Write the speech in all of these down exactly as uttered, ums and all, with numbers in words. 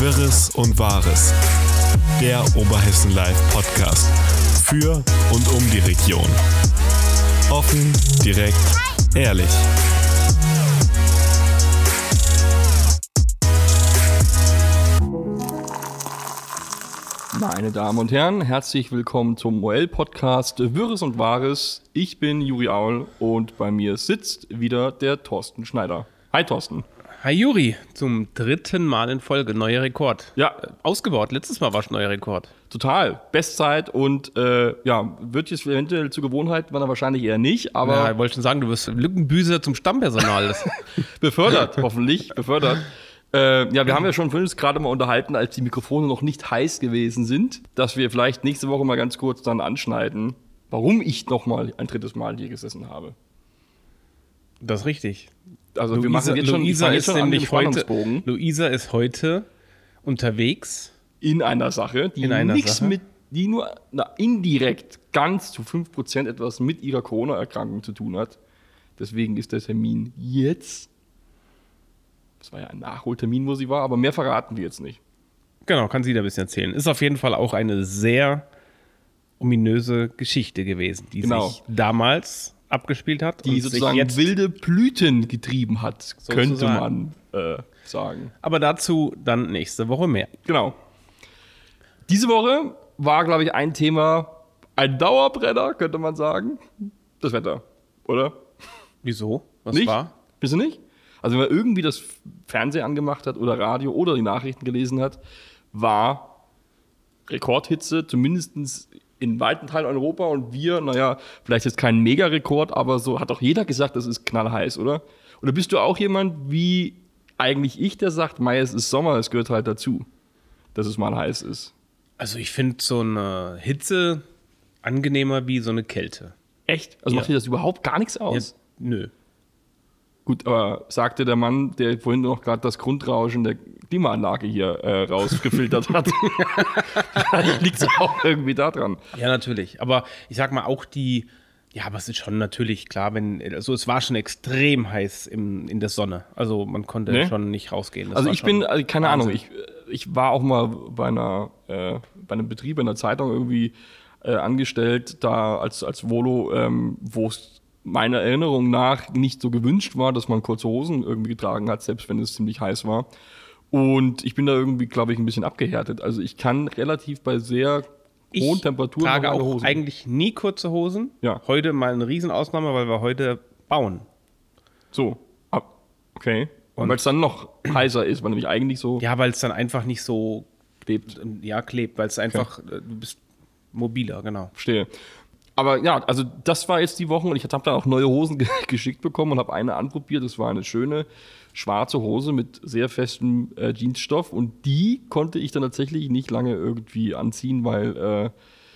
Wirres und Wahres. Der Oberhessen Live Podcast. Für und um die Region. Offen, direkt, ehrlich. Meine Damen und Herren, herzlich willkommen zum O L-Podcast Wirres und Wahres. Ich bin Juri Aul und bei mir sitzt wieder der Thorsten Schneider. Hi Thorsten. Hi Juri, zum dritten Mal in Folge, neuer Rekord. Ja. Äh, ausgebaut, letztes Mal war es neuer Rekord. Total, Bestzeit und äh, ja, wird jetzt eventuell zur Gewohnheit, war er wahrscheinlich eher nicht, aber... Ja, ich wollte schon sagen, du wirst Lückenbüßer zum Stammpersonal. befördert, hoffentlich, befördert. Äh, ja, wir haben ja schon vorhin uns gerade mal unterhalten, als die Mikrofone noch nicht heiß gewesen sind, dass wir vielleicht nächste Woche mal ganz kurz dann anschneiden, warum ich noch mal ein drittes Mal hier gesessen habe. Das ist richtig. Also Luisa, wir machen jetzt schon, Luisa jetzt ist schon nämlich heute, heute, Luisa ist heute unterwegs. in einer Sache, die nichts mit, die nur na, indirekt ganz zu fünf Prozent etwas mit ihrer Corona-Erkrankung zu tun hat. Deswegen ist der Termin jetzt. Das war ja ein Nachholtermin, wo sie war, aber mehr verraten wir jetzt nicht. Genau, kann sie da ein bisschen erzählen. Ist auf jeden Fall auch eine sehr ominöse Geschichte gewesen, die Genau. sich damals abgespielt hat. Die und sozusagen sich jetzt wilde Blüten getrieben hat, Sozusagen. könnte man äh, sagen. Aber dazu dann nächste Woche mehr. Genau. Diese Woche war, glaube ich, ein Thema, ein Dauerbrenner, könnte man sagen. Das Wetter, oder? Wieso? Was Nicht? war? Bist du nicht? Also wenn man irgendwie das Fernsehen angemacht hat oder Radio oder die Nachrichten gelesen hat, war Rekordhitze, zumindest in weiten Teilen Europa, und wir, naja, vielleicht jetzt kein Mega-Rekord, aber so hat auch jeder gesagt, das ist knallheiß, oder? Oder bist du auch jemand wie eigentlich ich, der sagt, Mai, es ist Sommer, es gehört halt dazu, dass es mal heiß ist? Also ich finde so eine Hitze angenehmer wie so eine Kälte. Echt? Also Ja. macht dir das überhaupt gar nichts aus? Ja, nö. Gut, aber sagte der Mann, der vorhin noch gerade das Grundrauschen der Klimaanlage hier äh, rausgefiltert hat. Vielleicht liegt es auch irgendwie daran. Ja, natürlich. Aber ich sag mal auch die, ja, aber es ist schon natürlich klar, wenn, also es war schon extrem heiß im, in der Sonne. Also man konnte Nee. schon nicht rausgehen. Das Also war ich schon bin, also keine Wahnsinn. Ahnung, ich, ich war auch mal bei einer, äh, bei einem Betrieb, in einer Zeitung irgendwie äh, angestellt, da als, als Volo, ähm, wo es meiner Erinnerung nach nicht so gewünscht war, dass man kurze Hosen irgendwie getragen hat, selbst wenn es ziemlich heiß war. Und ich bin da irgendwie, glaube ich, ein bisschen abgehärtet. Also ich kann relativ bei sehr hohen Ich Temperaturen trage noch lange auch Hosen. eigentlich nie kurze Hosen. Ja. Heute mal eine Riesenausnahme, weil wir heute bauen. So, ab, okay. Und Und- weil es dann noch heißer ist, weil nämlich eigentlich so Ja, weil es dann einfach nicht so, klebt. ja, klebt, weil es einfach, äh, du bist mobiler, genau. Verstehe. Aber ja, also das war jetzt die Woche und ich habe dann auch neue Hosen ge- geschickt bekommen und habe eine anprobiert. Das war eine schöne schwarze Hose mit sehr festem äh, Jeansstoff und die konnte ich dann tatsächlich nicht lange irgendwie anziehen, weil äh,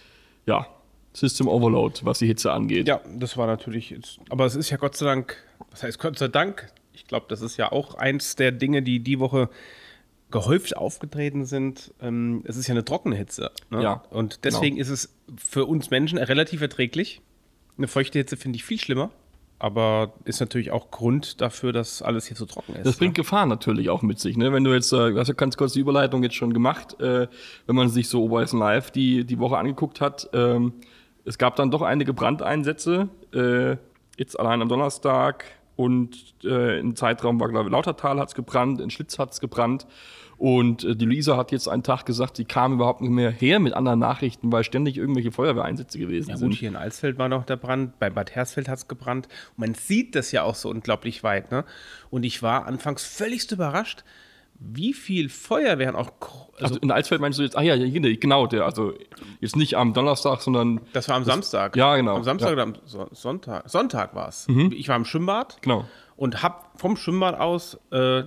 ja, System Overload, was die Hitze angeht. Ja, das war natürlich, jetzt, aber es ist ja Gott sei Dank, was heißt Gott sei Dank? Ich glaube, das ist ja auch eins der Dinge, die die Woche gehäuft aufgetreten sind. Ähm, es ist ja eine trockene Hitze. Ne? Ja, Und deswegen genau. ist es für uns Menschen relativ erträglich. Eine feuchte Hitze finde ich viel schlimmer, aber ist natürlich auch Grund dafür, dass alles hier so trocken ist. Das bringt ne? Gefahren natürlich auch mit sich, ne? Wenn du jetzt, äh, du hast ja ganz kurz die Überleitung jetzt schon gemacht, äh, wenn man sich so Oberhessen Live die, die Woche angeguckt hat, ähm, es gab dann doch einige Brandeinsätze, äh, jetzt allein am Donnerstag und äh, im Zeitraum war, glaube ich, Lautertal hat es gebrannt, in Schlitz hat es gebrannt und äh, die Luisa hat jetzt einen Tag gesagt, sie kam überhaupt nicht mehr her mit anderen Nachrichten, weil ständig irgendwelche Feuerwehreinsätze gewesen Ja sind. gut, hier in Alsfeld war noch der Brand, bei Bad Hersfeld hat es gebrannt. Und man sieht das ja auch so unglaublich weit. Ne? Und ich war anfangs völligst überrascht, wie viel Feuerwehren auch, gro- also, Also in Alsfeld meinst du jetzt, ah ja, ja, genau, der, also jetzt nicht am Donnerstag, sondern das war am Samstag. ja, genau. Am Samstag Ja. oder am So- Sonntag? Sonntag war es. Mhm. Ich war im Schwimmbad genau. und hab vom Schwimmbad aus, äh,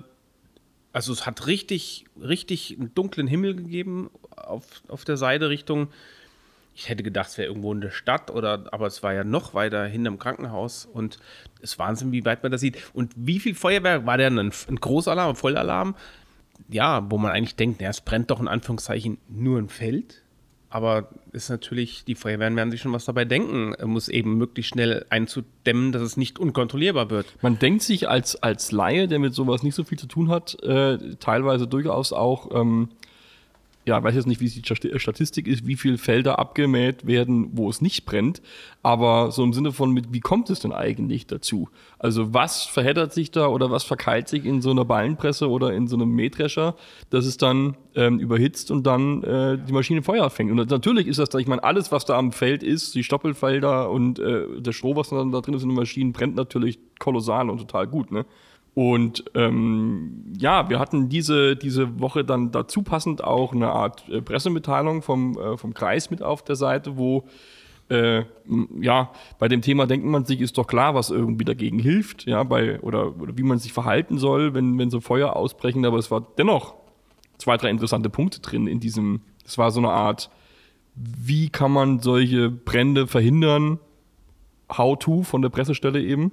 also es hat richtig, richtig einen dunklen Himmel gegeben auf, auf der Seite Richtung, ich hätte gedacht, es wäre irgendwo in der Stadt, oder, aber es war ja noch weiter hinterm Krankenhaus und es ist Wahnsinn, wie weit man das sieht. Und wie viel Feuerwehr, war der ein, ein Großalarm, ein Vollalarm? Ja, wo man eigentlich denkt, naja, es brennt doch in Anführungszeichen nur ein Feld. Aber ist natürlich, die Feuerwehren werden sich schon was dabei denken, muss eben möglichst schnell einzudämmen, dass es nicht unkontrollierbar wird. Man denkt sich als, als Laie, der mit sowas nicht so viel zu tun hat, äh, teilweise durchaus auch, ähm, ja, weiß jetzt nicht, wie die Statistik ist, wie viele Felder abgemäht werden, wo es nicht brennt, aber so im Sinne von, mit, wie kommt es denn eigentlich dazu? Also was verheddert sich da oder was verkeilt sich in so einer Ballenpresse oder in so einem Mähdrescher, dass es dann ähm, überhitzt und dann äh, die Maschine Feuer fängt? Und natürlich ist das, ich meine, alles, was da am Feld ist, die Stoppelfelder und äh, der Stroh, was dann da drin ist in den Maschinen, brennt natürlich kolossal und total gut, ne? Und ähm, ja, wir hatten diese, diese Woche dann dazu passend auch eine Art äh, Pressemitteilung vom, äh, vom Kreis mit auf der Seite, wo äh, ja, bei dem Thema denkt man sich, ist doch klar, was irgendwie dagegen hilft, ja, bei, oder, oder wie man sich verhalten soll, wenn, wenn so Feuer ausbrechen, aber es war dennoch zwei, drei interessante Punkte drin in diesem, es war so eine Art, wie kann man solche Brände verhindern, How-to von der Pressestelle eben.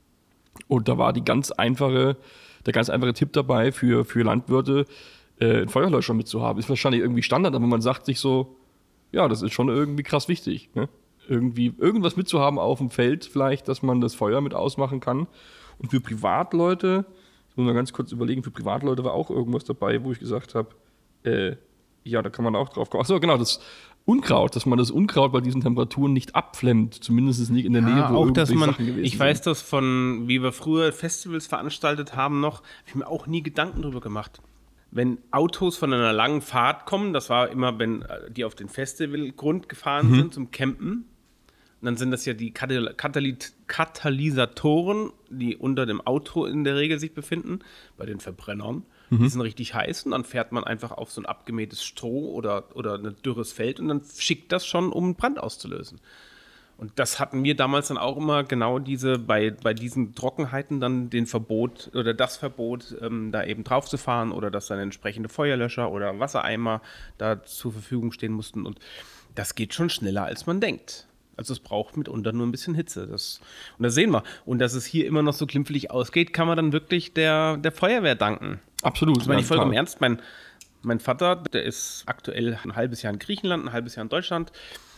Und da war die ganz einfache, der ganz einfache Tipp dabei für, für Landwirte, äh, einen Feuerlöscher mitzuhaben. Ist wahrscheinlich irgendwie Standard, aber man sagt sich so, ja, das ist schon irgendwie krass wichtig. Ne? Irgendwie irgendwas mitzuhaben auf dem Feld vielleicht, dass man das Feuer mit ausmachen kann. Und für Privatleute, ich muss mal ganz kurz überlegen, für Privatleute war auch irgendwas dabei, wo ich gesagt habe, äh, ja, da kann man auch drauf kommen. Achso, genau, das Unkraut, dass man das Unkraut bei diesen Temperaturen nicht abflemmt, zumindest nicht in der Nähe, ja, wo auch, dass man, Sachen gewesen ich weiß das von, wie wir früher Festivals veranstaltet haben noch, habe ich mir auch nie Gedanken drüber gemacht. Wenn Autos von einer langen Fahrt kommen, das war immer, wenn die auf den Festivalgrund gefahren mhm. sind zum Campen, und dann sind das ja die Katal- Katalyt- Katalysatoren, die unter dem Auto in der Regel sich befinden, bei den Verbrennern. Mhm. Die sind richtig heiß und dann fährt man einfach auf so ein abgemähtes Stroh oder, oder ein dürres Feld und dann schickt das schon, um einen Brand auszulösen. Und das hatten wir damals dann auch immer genau diese, bei, bei diesen Trockenheiten dann den Verbot oder das Verbot, ähm, da eben drauf zu fahren oder dass dann entsprechende Feuerlöscher oder Wassereimer da zur Verfügung stehen mussten. Und das geht schon schneller, als man denkt. Also es braucht mitunter nur ein bisschen Hitze. Das, und das sehen wir. Und dass es hier immer noch so glimpflich ausgeht, kann man dann wirklich der, der Feuerwehr danken. Absolut. Das meine ich vollkommen ernst. Mein, mein Vater, der ist aktuell ein halbes Jahr in Griechenland, ein halbes Jahr in Deutschland.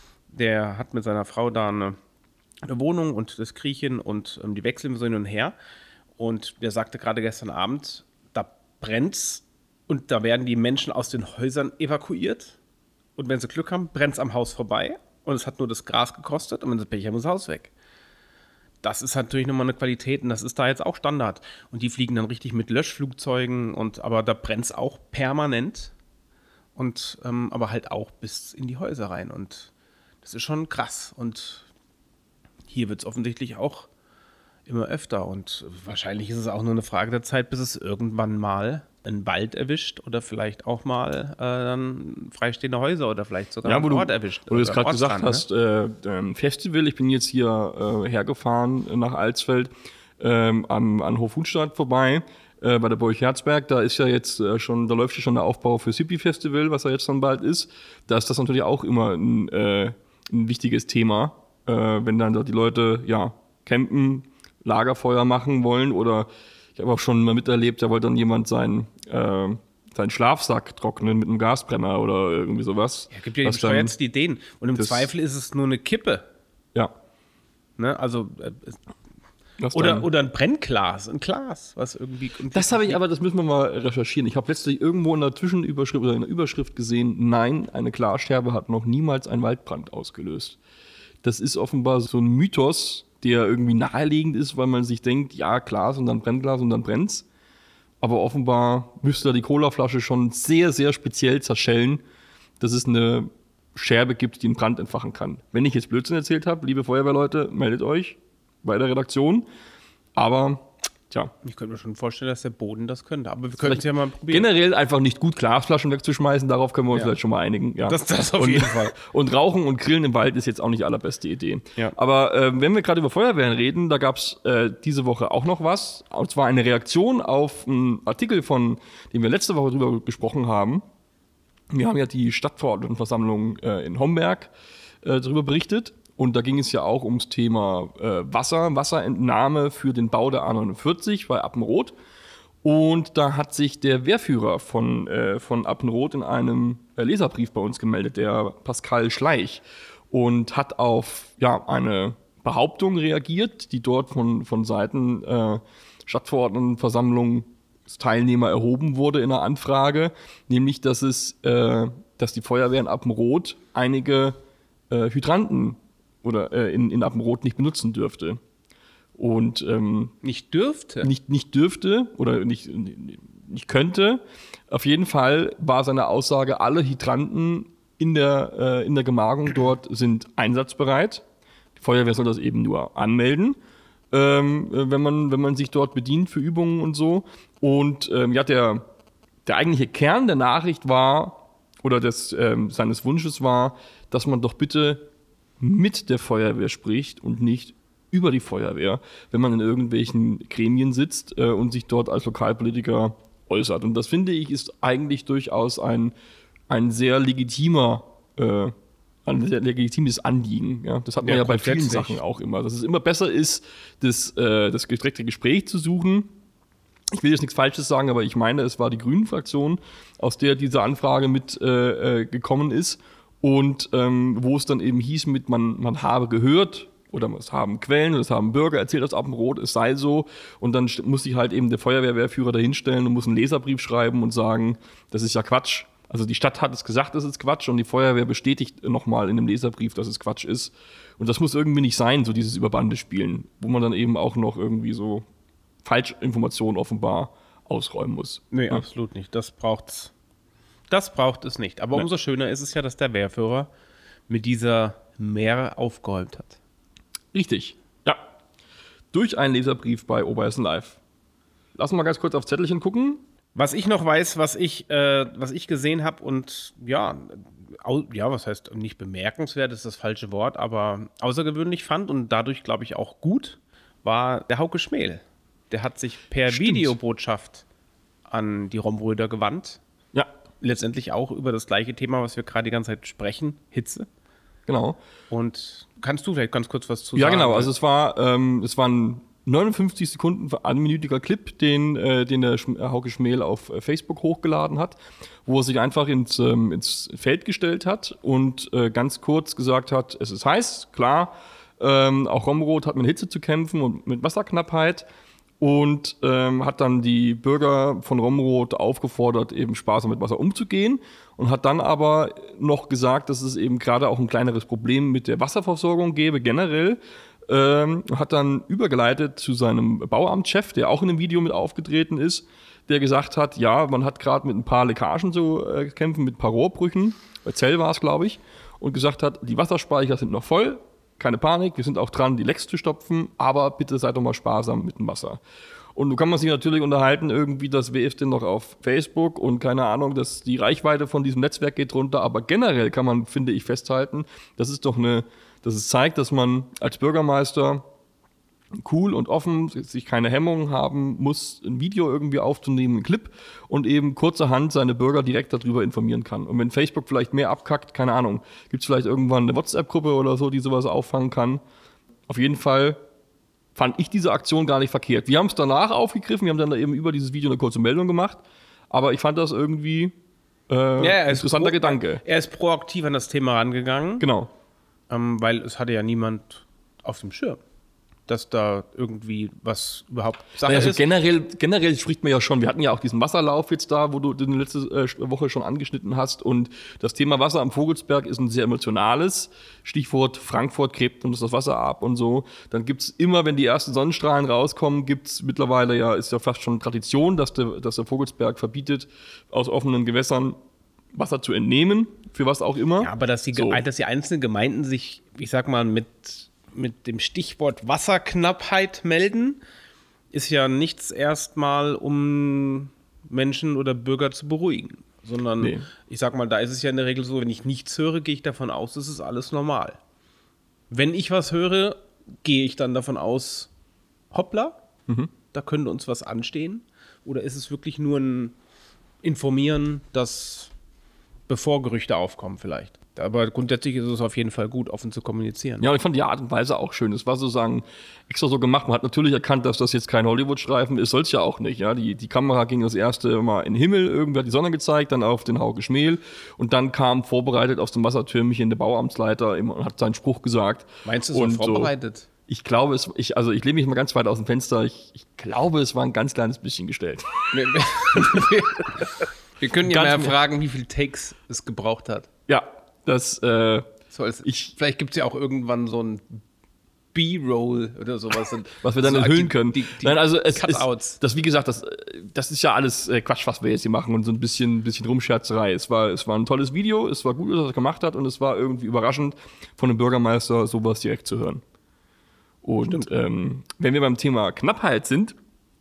Der hat mit seiner Frau da eine, eine Wohnung und das Griechen und ähm, die wechseln so hin und her. Und der sagte gerade gestern Abend, da brennt's und da werden die Menschen aus den Häusern evakuiert. Und wenn sie Glück haben, brennt's am Haus vorbei. Und es hat nur das Gras gekostet und wenn sie Pech haben, ist das Haus weg. Das ist natürlich nochmal eine Qualität und das ist da jetzt auch Standard. Und die fliegen dann richtig mit Löschflugzeugen, und, aber da brennt es auch permanent. Und, ähm, aber halt auch bis in die Häuser rein. Und das ist schon krass. Und hier wird es offensichtlich auch immer öfter. Und wahrscheinlich ist es auch nur eine Frage der Zeit, bis es irgendwann mal einen Wald erwischt oder vielleicht auch mal äh, dann freistehende Häuser oder vielleicht sogar ja, einen du, Ort erwischt. Wo du es gerade gesagt ne? hast, äh, ähm, Festival, ich bin jetzt hier äh, hergefahren nach Alsfeld ähm, am, an Hofhutstadt vorbei, äh, bei der Burg Herzberg. Da ist ja jetzt äh, schon, da läuft ja schon der Aufbau für Hippie Festival, was ja jetzt dann bald ist. Da ist das natürlich auch immer ein, äh, ein wichtiges Thema, äh, wenn dann dort die Leute ja campen, Lagerfeuer machen wollen oder ich habe auch schon mal miterlebt, da wollte dann jemand seinen, äh, seinen Schlafsack trocknen mit einem Gasbrenner oder irgendwie sowas. Ja, gibt ja die bescheuertsten Ideen. Und im das, Zweifel ist es nur eine Kippe. Ja. Ne, also äh, oder, oder ein Brennglas, ein Glas, was irgendwie... Das habe ich aber, das müssen wir mal recherchieren. Ich habe letztlich irgendwo in der Zwischenüberschrift oder in der Überschrift gesehen, nein, eine Glasscherbe hat noch niemals einen Waldbrand ausgelöst. Das ist offenbar so ein Mythos, der irgendwie naheliegend ist, weil man sich denkt, ja, Glas und dann Brennglas und dann brennt's. Aber offenbar müsste da die Colaflasche schon sehr, sehr speziell zerschellen, dass es eine Scherbe gibt, die einen Brand entfachen kann. Wenn ich jetzt Blödsinn erzählt habe, liebe Feuerwehrleute, meldet euch bei der Redaktion. Aber, tja. Ich könnte mir schon vorstellen, dass der Boden das könnte. Aber wir können es ja mal probieren. Generell einfach nicht gut, Glasflaschen wegzuschmeißen, darauf können wir uns ja. vielleicht schon mal einigen. Ja. Das, das auf und, jeden Fall. Und Rauchen und Grillen im Wald ist jetzt auch nicht die allerbeste Idee. Ja. Aber äh, wenn wir gerade über Feuerwehren reden, da gab es äh, diese Woche auch noch was. Und zwar eine Reaktion auf einen Artikel, von dem wir letzte Woche drüber gesprochen haben. Wir haben ja die Stadtverordnetenversammlung äh, in Homberg äh, darüber berichtet. Und da ging es ja auch ums Thema äh, Wasser, Wasserentnahme für den Bau der A neunundvierzig bei Appenroth. Und da hat sich der Wehrführer von, äh, von Appenroth in einem äh, Leserbrief bei uns gemeldet, der Pascal Schleich, und hat auf ja, eine Behauptung reagiert, die dort von, von Seiten äh, Stadtverordnetenversammlungsteilnehmer erhoben wurde in einer Anfrage, nämlich, dass es, äh, dass die Feuerwehr in Appenroth einige äh, Hydranten oder äh, in, in Appenroth nicht benutzen dürfte. Und ähm, nicht dürfte? Nicht, nicht dürfte oder nicht, nicht könnte. Auf jeden Fall war seine Aussage, alle Hydranten in der, äh, in der Gemarkung dort sind einsatzbereit. Die Feuerwehr soll das eben nur anmelden, ähm, wenn man, wenn man sich dort bedient für Übungen und so. Und ähm, ja, der, der eigentliche Kern der Nachricht war, oder des, ähm, seines Wunsches war, dass man doch bitte mit der Feuerwehr spricht und nicht über die Feuerwehr, wenn man in irgendwelchen Gremien sitzt äh, und sich dort als Lokalpolitiker äußert. Und das, finde ich, ist eigentlich durchaus ein, ein sehr legitimer, äh, ein sehr legitimes Anliegen. Ja? Das hat man ja, ja bei vielen Sachen auch immer. Dass es immer besser ist, das, äh, das direkte Gespräch zu suchen. Ich will jetzt nichts Falsches sagen, aber ich meine, es war die Grünen-Fraktion, aus der diese Anfrage mit äh, gekommen ist und ähm, wo es dann eben hieß, mit man, man habe gehört, oder es haben Quellen, oder es haben Bürger erzählt aus Appenroth, es sei so. Und dann muss sich halt eben der Feuerwehrwehrführer dahinstellen und muss einen Leserbrief schreiben und sagen, das ist ja Quatsch. Also die Stadt hat es gesagt, das ist Quatsch, und die Feuerwehr bestätigt nochmal in dem Leserbrief, dass es Quatsch ist. Und das muss irgendwie nicht sein, so dieses Überbandespielen, wo man dann eben auch noch irgendwie so Falschinformationen offenbar ausräumen muss. Nee, ja. Absolut nicht. Das braucht's. Das braucht es nicht. Aber nee. Umso schöner ist es ja, dass der Wehrführer mit dieser Mehr aufgeräumt hat. Richtig, ja. Durch einen Leserbrief bei Oberhessen Live. Lass uns mal ganz kurz auf Zettelchen gucken. Was ich noch weiß, was ich, äh, was ich gesehen habe und ja, au, ja, was heißt nicht bemerkenswert, ist das falsche Wort, aber außergewöhnlich fand und dadurch, glaube ich, auch gut, war der Hauke Schmähl. Der hat sich per Stimmt. Videobotschaft an die Romröder gewandt. Ja. Letztendlich auch über das gleiche Thema, was wir gerade die ganze Zeit sprechen, Hitze. Genau. Und kannst du vielleicht ganz kurz was zu ja, sagen? Ja, genau. Also es war, ähm, es waren neunundfünfzig Sekunden, einminütiger Clip, den, äh, den der Sch- Hauke Schmähl auf äh, Facebook hochgeladen hat, wo er sich einfach ins, ähm, ins Feld gestellt hat und äh, ganz kurz gesagt hat, es ist heiß, klar, ähm, auch Romrod hat mit Hitze zu kämpfen und mit Wasserknappheit. Und ähm, hat dann die Bürger von Romrod aufgefordert, eben sparsam mit Wasser umzugehen, und hat dann aber noch gesagt, dass es eben gerade auch ein kleineres Problem mit der Wasserversorgung gäbe generell. Ähm, hat dann übergeleitet zu seinem Bauamtschef, der auch in dem Video mit aufgetreten ist, der gesagt hat, ja, man hat gerade mit ein paar Leckagen zu äh, kämpfen, mit ein paar Rohrbrüchen, bei Zell war es, glaube ich, und gesagt hat, die Wasserspeicher sind noch voll. Keine Panik, wir sind auch dran, die Lecks zu stopfen, aber bitte seid doch mal sparsam mit dem Wasser. Und nun kann man sich natürlich unterhalten, irgendwie, das W F denn noch auf Facebook und keine Ahnung, dass die Reichweite von diesem Netzwerk geht runter, aber generell kann man, finde ich, festhalten, das ist doch eine, dass es zeigt, dass man als Bürgermeister cool und offen, sich keine Hemmungen haben muss, ein Video irgendwie aufzunehmen, einen Clip, und eben kurzerhand seine Bürger direkt darüber informieren kann. Und wenn Facebook vielleicht mehr abkackt, keine Ahnung, gibt es vielleicht irgendwann eine WhatsApp-Gruppe oder so, die sowas auffangen kann. Auf jeden Fall fand ich diese Aktion gar nicht verkehrt. Wir haben es danach aufgegriffen, wir haben dann eben über dieses Video eine kurze Meldung gemacht, aber ich fand das irgendwie äh, ja, er interessanter pro- Gedanke. Er ist proaktiv an das Thema rangegangen. Genau. Ähm, weil es hatte ja niemand auf dem Schirm, dass da irgendwie was überhaupt Sache also ist. Generell, generell spricht man ja schon, wir hatten ja auch diesen Wasserlauf jetzt da, wo du den letzte äh, Woche schon angeschnitten hast, und das Thema Wasser am Vogelsberg ist ein sehr emotionales. Stichwort Frankfurt gräbt uns das Wasser ab und so. Dann gibt's immer, wenn die ersten Sonnenstrahlen rauskommen, gibt's mittlerweile ja, ist ja fast schon Tradition, dass der, dass der Vogelsberg verbietet, aus offenen Gewässern Wasser zu entnehmen, für was auch immer. Ja, aber dass die, so. dass die einzelnen Gemeinden sich, ich sag mal, mit mit dem Stichwort Wasserknappheit melden, ist ja nichts erstmal, um Menschen oder Bürger zu beruhigen. Sondern, nee. ich sag mal, da ist es ja in der Regel so, wenn ich nichts höre, gehe ich davon aus, das ist alles normal. Wenn ich was höre, gehe ich dann davon aus, hoppla, mhm. da könnte uns was anstehen. Oder ist es wirklich nur ein Informieren, dass bevor Gerüchte aufkommen vielleicht? Aber grundsätzlich ist es auf jeden Fall gut, offen zu kommunizieren. Ja, und ich fand die Art und Weise auch schön. Es war sozusagen extra so gemacht. Man hat natürlich erkannt, dass das jetzt kein Hollywood-Streifen ist, soll es ja auch nicht. Ja? Die, die Kamera ging das erste Mal in den Himmel, irgendwie hat die Sonne gezeigt, dann auf den Hauke Schmähl und dann kam vorbereitet aus dem Wassertürmchen der Bauamtsleiter und hat seinen Spruch gesagt. Meinst du, es war vorbereitet? So, ich glaube, es, ich, also ich lehne mich mal ganz weit aus dem Fenster. Ich, ich glaube, es war ein ganz kleines bisschen gestellt. Wir können ja mal fragen, wie viele Takes es gebraucht hat. Ja. Das, äh, so als, ich, vielleicht gibt es ja auch irgendwann so ein B-Roll oder sowas. Was wir dann so enthüllen können. Die, die Nein, also es Cutouts. ist, das, wie gesagt, das, das ist ja alles äh, Quatsch, was wir jetzt hier machen und so ein bisschen, bisschen Rumscherzerei. Es war, es war ein tolles Video, es war gut, was er gemacht hat und es war irgendwie überraschend, von einem Bürgermeister sowas direkt zu hören. Und ähm, wenn wir beim Thema Knappheit sind,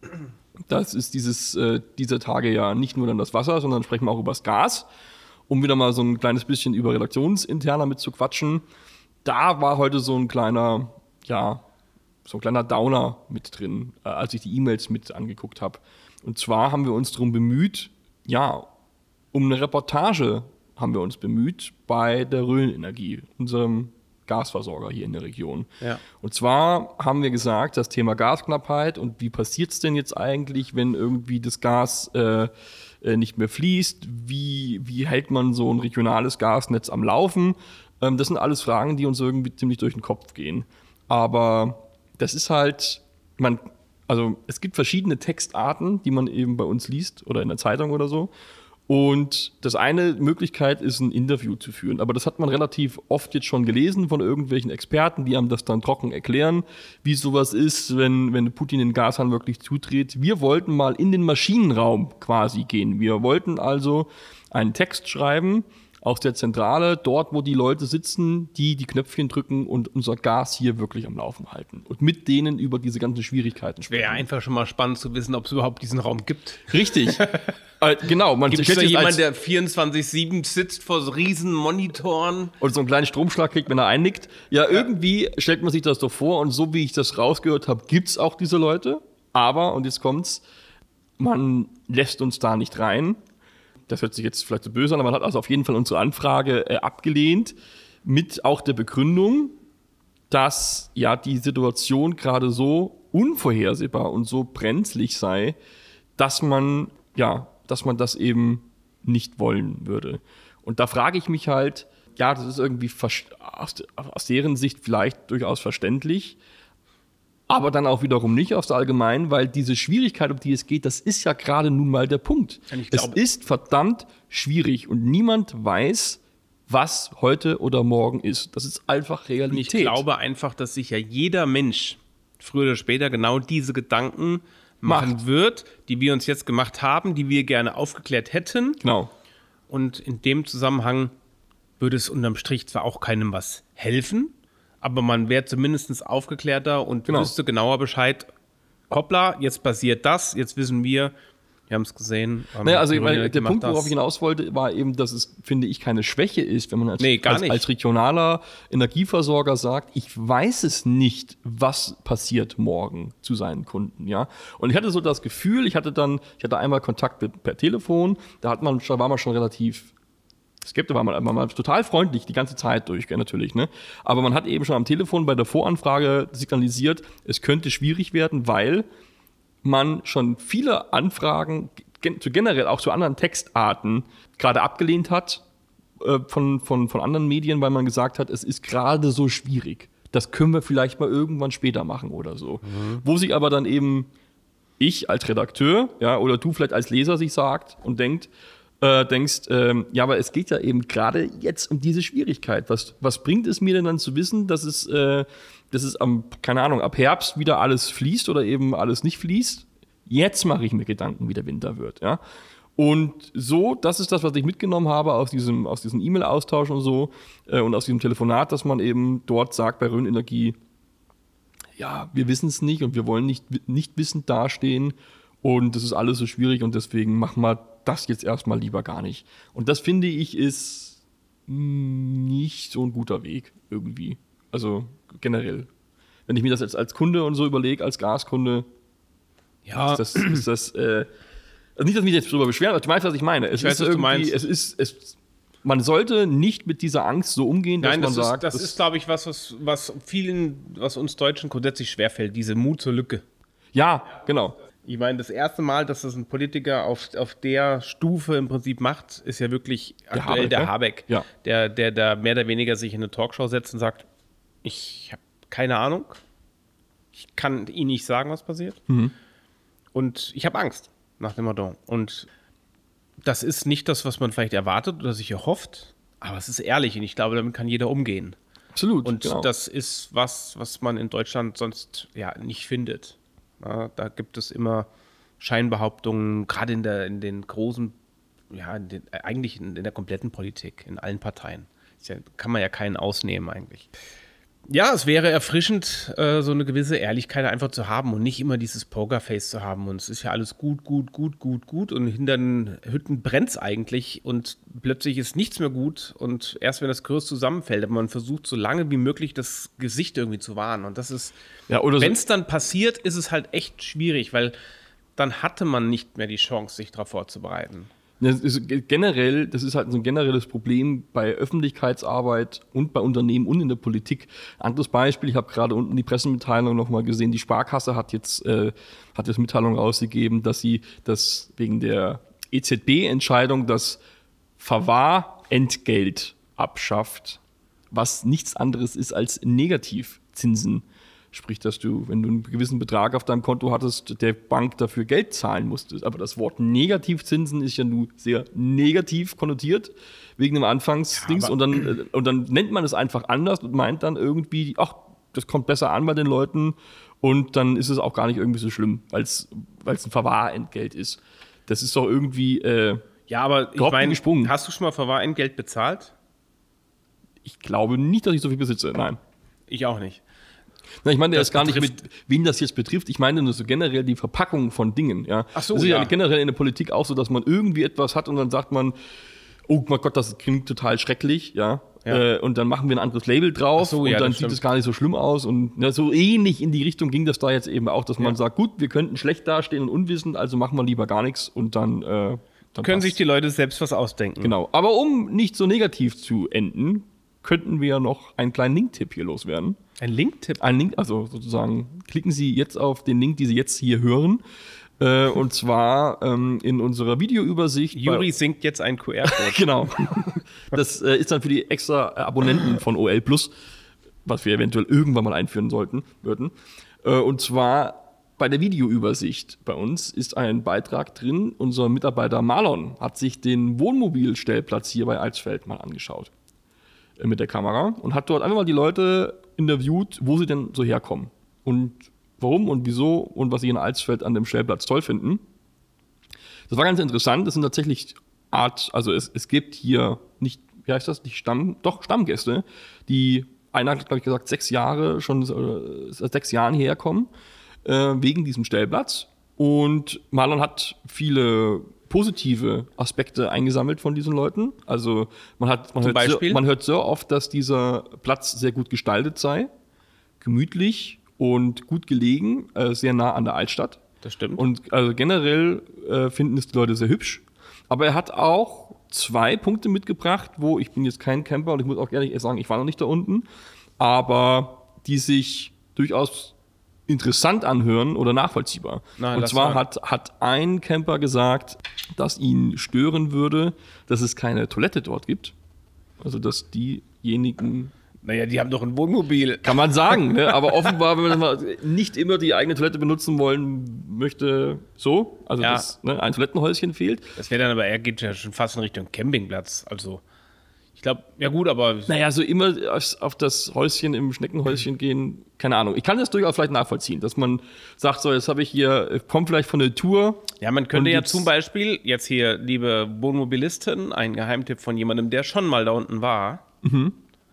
das ist dieses, äh, dieser Tage ja nicht nur dann das Wasser, sondern sprechen wir auch über das Gas. Um wieder mal so ein kleines bisschen über redaktionsinterner mit zu quatschen. Da war heute so ein kleiner, ja, so ein kleiner Downer mit drin, äh, als ich die E-Mails mit angeguckt habe. Und zwar haben wir uns darum bemüht, ja, um eine Reportage haben wir uns bemüht bei der Rhön Energie, unserem Gasversorger hier in der Region. Ja. Und zwar haben wir gesagt, das Thema Gasknappheit und wie passiert es denn jetzt eigentlich, wenn irgendwie das Gas äh, nicht mehr fließt, wie, wie hält man so ein regionales Gasnetz am Laufen? Ähm, das sind alles Fragen, die uns irgendwie ziemlich durch den Kopf gehen. Aber das ist halt, man, also es gibt verschiedene Textarten, die man eben bei uns liest oder in der Zeitung oder so. Und das eine Möglichkeit ist, ein Interview zu führen. Aber das hat man relativ oft jetzt schon gelesen von irgendwelchen Experten, die einem das dann trocken erklären, wie sowas ist, wenn, wenn Putin den Gashahn wirklich zudreht. Wir wollten mal in den Maschinenraum quasi gehen. Wir wollten also einen Text schreiben aus der Zentrale, dort, wo die Leute sitzen, die die Knöpfchen drücken und unser Gas hier wirklich am Laufen halten. Und mit denen über diese ganzen Schwierigkeiten sprechen. Wäre einfach schon mal spannend zu wissen, ob es überhaupt diesen Raum gibt. Richtig. äh, genau. Gibt es da jemanden, der vierundzwanzig sieben sitzt vor so riesen Monitoren? Und so einen kleinen Stromschlag kriegt, wenn er einnickt. Ja, ja, irgendwie stellt man sich das doch vor. Und so wie ich das rausgehört habe, gibt es auch diese Leute. Aber, und jetzt kommt's, man lässt uns da nicht rein. Das hört sich jetzt vielleicht so böse an, aber man hat also auf jeden Fall unsere Anfrage äh, abgelehnt, mit auch der Begründung, dass ja die Situation gerade so unvorhersehbar und so brenzlig sei, dass man, ja, dass man das eben nicht wollen würde. Und da frage ich mich halt, ja, das ist irgendwie aus, aus deren Sicht vielleicht durchaus verständlich, aber dann auch wiederum nicht aus der Allgemeinen, weil diese Schwierigkeit, um die es geht, das ist ja gerade nun mal der Punkt. Es ist verdammt schwierig und niemand weiß, was heute oder morgen ist. Das ist einfach Realität. Ich glaube einfach, dass sich ja jeder Mensch früher oder später genau diese Gedanken machen Macht. wird, die wir uns jetzt gemacht haben, die wir gerne aufgeklärt hätten. Genau. Und in dem Zusammenhang würde es unterm Strich zwar auch keinem was helfen, aber man wäre zumindest aufgeklärter und genau. wüsste genauer Bescheid, hoppla, jetzt passiert das, jetzt wissen wir, wir haben es gesehen. Naja, also meine, der Punkt, worauf ich hinaus wollte, war eben, dass es, finde ich, keine Schwäche ist, wenn man als, nee, als, als regionaler Energieversorger sagt, ich weiß es nicht, was passiert morgen zu seinen Kunden. Ja? Und ich hatte so das Gefühl, ich hatte dann, ich hatte einmal Kontakt per, per Telefon, da hat man, da war man schon relativ skeptisch, war man, man war total freundlich die ganze Zeit durch, natürlich, ne? Aber man hat eben schon am Telefon bei der Voranfrage signalisiert, es könnte schwierig werden, weil man schon viele Anfragen zu generell auch zu anderen Textarten gerade abgelehnt hat äh, von, von, von anderen Medien, weil man gesagt hat, es ist gerade so schwierig. Das können wir vielleicht mal irgendwann später machen oder so. Mhm. Wo sich aber dann eben ich als Redakteur, ja, oder du vielleicht als Leser sich sagt und denkt, Äh, denkst, ähm, ja, aber es geht ja eben gerade jetzt um diese Schwierigkeit. Was, was bringt es mir denn dann zu wissen, dass es, äh, dass es am, keine Ahnung, ab Herbst wieder alles fließt oder eben alles nicht fließt? Jetzt mache ich mir Gedanken, wie der Winter wird, ja. Und so, das ist das, was ich mitgenommen habe aus diesem, aus diesem E-Mail-Austausch und so äh, und aus diesem Telefonat, dass man eben dort sagt bei Rhön Energie, ja, wir wissen es nicht und wir wollen nicht, nicht wissend dastehen und das ist alles so schwierig und deswegen machen wir das jetzt erstmal lieber gar nicht. Und das, finde ich, ist nicht so ein guter Weg irgendwie. Also generell. Wenn ich mir das jetzt als Kunde und so überlege, als Gaskunde, ja. ist das, ist das äh, also nicht, dass ich mich jetzt darüber beschwere, aber du weißt, was ich meine. Es ich weiß, ist was du meinst. Es ist, es, man sollte nicht mit dieser Angst so umgehen, dass Nein, man das sagt, ist, das ist, glaube ich, was, was, was vielen, was uns Deutschen grundsätzlich schwerfällt, diese Mut zur Lücke. ja, genau. Ich meine, das erste Mal, dass das ein Politiker auf, auf der Stufe im Prinzip macht, ist ja wirklich Der aktuell Habeck, der ne? Habeck, Ja. der, der da mehr oder weniger sich in eine Talkshow setzt und sagt, ich habe keine Ahnung, ich kann Ihnen nicht sagen, was passiert Mhm. und ich habe Angst, nach dem Motto. Und das ist nicht das, was man vielleicht erwartet oder sich erhofft, aber es ist ehrlich und ich glaube, damit kann jeder umgehen. Absolut. Und genau. das ist was, was man in Deutschland sonst ja nicht findet. Ja, da gibt es immer Scheinbehauptungen, gerade in, der, in den großen, ja, in den, äh, eigentlich in, in der kompletten Politik, in allen Parteien. Ist ja, kann man ja keinen ausnehmen eigentlich. Ja, es wäre erfrischend, äh, so eine gewisse Ehrlichkeit einfach zu haben und nicht immer dieses Pokerface zu haben. Und es ist ja alles gut, gut, gut, gut, gut. Und hinter den Hütten brennt es eigentlich und plötzlich ist nichts mehr gut. Und erst wenn das Gerüst zusammenfällt, aber man versucht so lange wie möglich das Gesicht irgendwie zu wahren. Und das ist, ja, oder wenn so, es dann passiert, ist es halt echt schwierig, weil dann hatte man nicht mehr die Chance, sich darauf vorzubereiten. das ist generell, das ist halt so ein generelles Problem bei Öffentlichkeitsarbeit und bei Unternehmen und in der Politik. Anderes Beispiel, ich habe gerade unten die Pressemitteilung nochmal gesehen, die Sparkasse hat jetzt, äh, hat jetzt Mitteilung rausgegeben, dass sie das wegen der E Z B-Entscheidung das Verwahrentgelt abschafft, was nichts anderes ist als Negativzinsen. Sprich, dass du, wenn du einen gewissen Betrag auf deinem Konto hattest, der Bank dafür Geld zahlen musstest. Aber das Wort Negativzinsen ist ja nur sehr negativ konnotiert, wegen dem Anfangsdings. Ja, und, dann, äh, und dann nennt man es einfach anders und meint dann irgendwie, ach, das kommt besser an bei den Leuten. Und dann ist es auch gar nicht irgendwie so schlimm, weil es ein Verwahrentgelt ist. Das ist doch irgendwie äh, Ja, aber ich Gehoppt wie meine, gesprungen. hast du schon mal Verwahrentgelt bezahlt? Ich glaube nicht, dass ich so viel besitze. Nein. Ich auch nicht. Na, ich meine Das jetzt gar nicht, betrifft- mit, wen das jetzt betrifft. Ich meine nur so generell die Verpackung von Dingen. Ja. Ach so, das ist ja ja. generell in der Politik auch so, dass man irgendwie etwas hat und dann sagt man, oh mein Gott, das klingt total schrecklich. Ja. Ja. Äh, und dann machen wir ein anderes Label drauf Ach so, und ja, dann das sieht stimmt. es gar nicht so schlimm aus. Und ja, so ähnlich in die Richtung ging das da jetzt eben auch, dass man Ja. sagt, gut, wir könnten schlecht dastehen und unwissend, also machen wir lieber gar nichts und dann, äh, dann Können passt's. sich die Leute selbst was ausdenken. Genau. Aber um nicht so negativ zu enden, könnten wir noch einen kleinen Link-Tipp hier loswerden. Ein Link-Tipp. Ein Link, also sozusagen, klicken Sie jetzt auf den Link, den Sie jetzt hier hören. Äh, und zwar ähm, in unserer Videoübersicht. Juri singt jetzt einen Q R-Code. Genau. Das äh, ist dann für die extra äh, Abonnenten von O L Plus, was wir eventuell irgendwann mal einführen sollten, würden. Äh, und zwar bei der Videoübersicht bei uns ist ein Beitrag drin. Unser Mitarbeiter Marlon hat sich den Wohnmobilstellplatz hier bei Alsfeld mal angeschaut äh, mit der Kamera und hat dort einfach mal die Leute interviewt, wo sie denn so herkommen und warum und wieso und was sie in Alsfeld an dem Stellplatz toll finden. Das war ganz interessant. Das sind tatsächlich Art, also es, es gibt hier nicht, wie heißt das, nicht Stamm, doch Stammgäste, die, einer hat, glaube ich, gesagt, sechs Jahre, schon äh, seit sechs Jahren hierher kommen, äh, wegen diesem Stellplatz. Und Marlon hat viele positive Aspekte eingesammelt von diesen Leuten. Also man hat, man Zum hört, Beispiel? sehr, man hört sehr oft, dass dieser Platz sehr gut gestaltet sei, gemütlich und gut gelegen, äh, sehr nah an der Altstadt. Das stimmt. Und also generell äh, finden es die Leute sehr hübsch. Aber er hat auch zwei Punkte mitgebracht, wo ich bin jetzt kein Camper und ich muss auch ehrlich sagen, ich war noch nicht da unten, aber die sich durchaus interessant anhören oder nachvollziehbar. Na, und lass zwar sagen. hat, hat ein Camper gesagt, dass ihn stören würde, dass es keine Toilette dort gibt. Also dass diejenigen, Naja, die haben doch ein Wohnmobil. kann man sagen, ne? Aber offenbar, wenn man nicht immer die eigene Toilette benutzen wollen möchte, so, also Ja. dass ne, ein Toilettenhäuschen fehlt. Das wäre dann aber, er geht ja schon fast in Richtung Campingplatz. Also, ich glaube, ja gut, aber Naja, so immer auf, auf das Häuschen im Schneckenhäuschen gehen, keine Ahnung. Ich kann das durchaus vielleicht nachvollziehen, dass man sagt, so, jetzt habe ich hier, komm vielleicht von der Tour. ja, man könnte Und ja jetzt- zum Beispiel, jetzt hier, liebe Wohnmobilisten, ein Geheimtipp von jemandem, der schon mal da unten war. Mhm.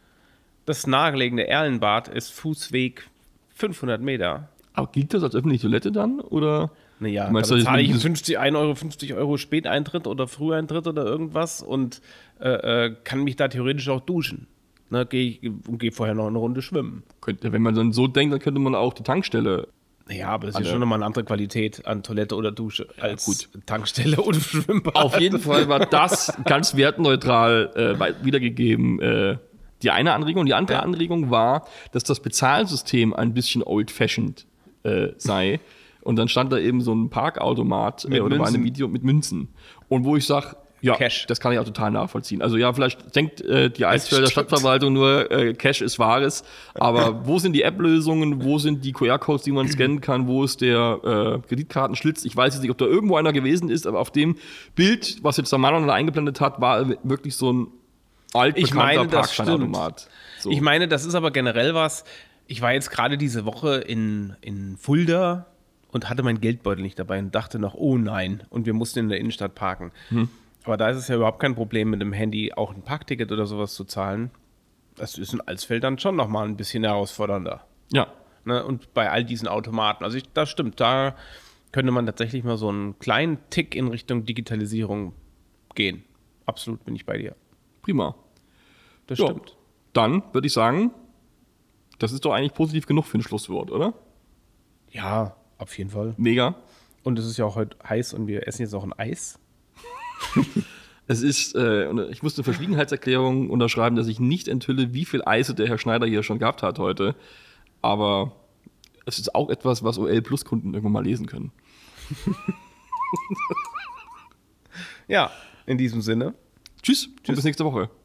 Das nahegelegene Erlenbad ist Fußweg fünfhundert Meter. Aber gilt das als öffentliche Toilette dann? Oder? Naja, Du da meinst, das ist bezahle ich dieses- fünfzig, ein Euro fünfzig Euro Späteintritt oder Früheintritt oder irgendwas und äh, äh, kann mich da theoretisch auch duschen. Ne, gehe ich und gehe vorher noch eine Runde schwimmen. Könnte, wenn man dann so denkt, dann könnte man auch die Tankstelle Ja, aber das ist Alle. ja schon nochmal eine andere Qualität an Toilette oder Dusche als gut. Tankstelle oder Schwimmbad. Auf jeden Fall war das ganz wertneutral äh, bei- wiedergegeben. Äh, die eine Anregung. Und die andere Ja. Anregung war, dass das Bezahlsystem ein bisschen old-fashioned äh, sei. Und dann stand da eben so ein Parkautomat äh, Mit oder war eine Münzen. Video mit Münzen. Und wo ich sage, ja, Cash. das kann ich auch total nachvollziehen. Also ja, vielleicht denkt äh, die Eisfelder stimmt. Stadtverwaltung nur, äh, Cash ist Wahres. Aber wo sind die App-Lösungen? Wo sind die Q R-Codes, die man scannen kann? Wo ist der äh, Kreditkartenschlitz? Ich weiß jetzt nicht, ob da irgendwo einer gewesen ist, aber auf dem Bild, was jetzt der Manuel da eingeblendet hat, war wirklich so ein altbekannter Ich meine, das Parkscheinautomat. So. Ich meine, das ist aber generell was. Ich war jetzt gerade diese Woche in, in Fulda und hatte meinen Geldbeutel nicht dabei und dachte noch, oh nein, und wir mussten in der Innenstadt parken. Hm. Aber da ist es ja überhaupt kein Problem, mit dem Handy auch ein Parkticket oder sowas zu zahlen. Das ist in Alsfeld dann schon nochmal ein bisschen herausfordernder. Ja, Ne? Und bei all diesen Automaten. Also ich, das stimmt, da könnte man tatsächlich mal so einen kleinen Tick in Richtung Digitalisierung gehen. Absolut bin ich bei dir. prima. Das Ja. stimmt. Dann würde ich sagen, das ist doch eigentlich positiv genug für ein Schlusswort, oder? Ja, auf jeden Fall. Mega. Und es ist ja auch heute heiß und wir essen jetzt auch ein Eis. Es ist, äh, und ich musste eine Verschwiegenheitserklärung unterschreiben, dass ich nicht enthülle, wie viel Eise der Herr Schneider hier schon gehabt hat heute. Aber es ist auch etwas, was O L Plus Kunden irgendwann mal lesen können. Ja, in diesem Sinne. Tschüss, und bis nächste Woche.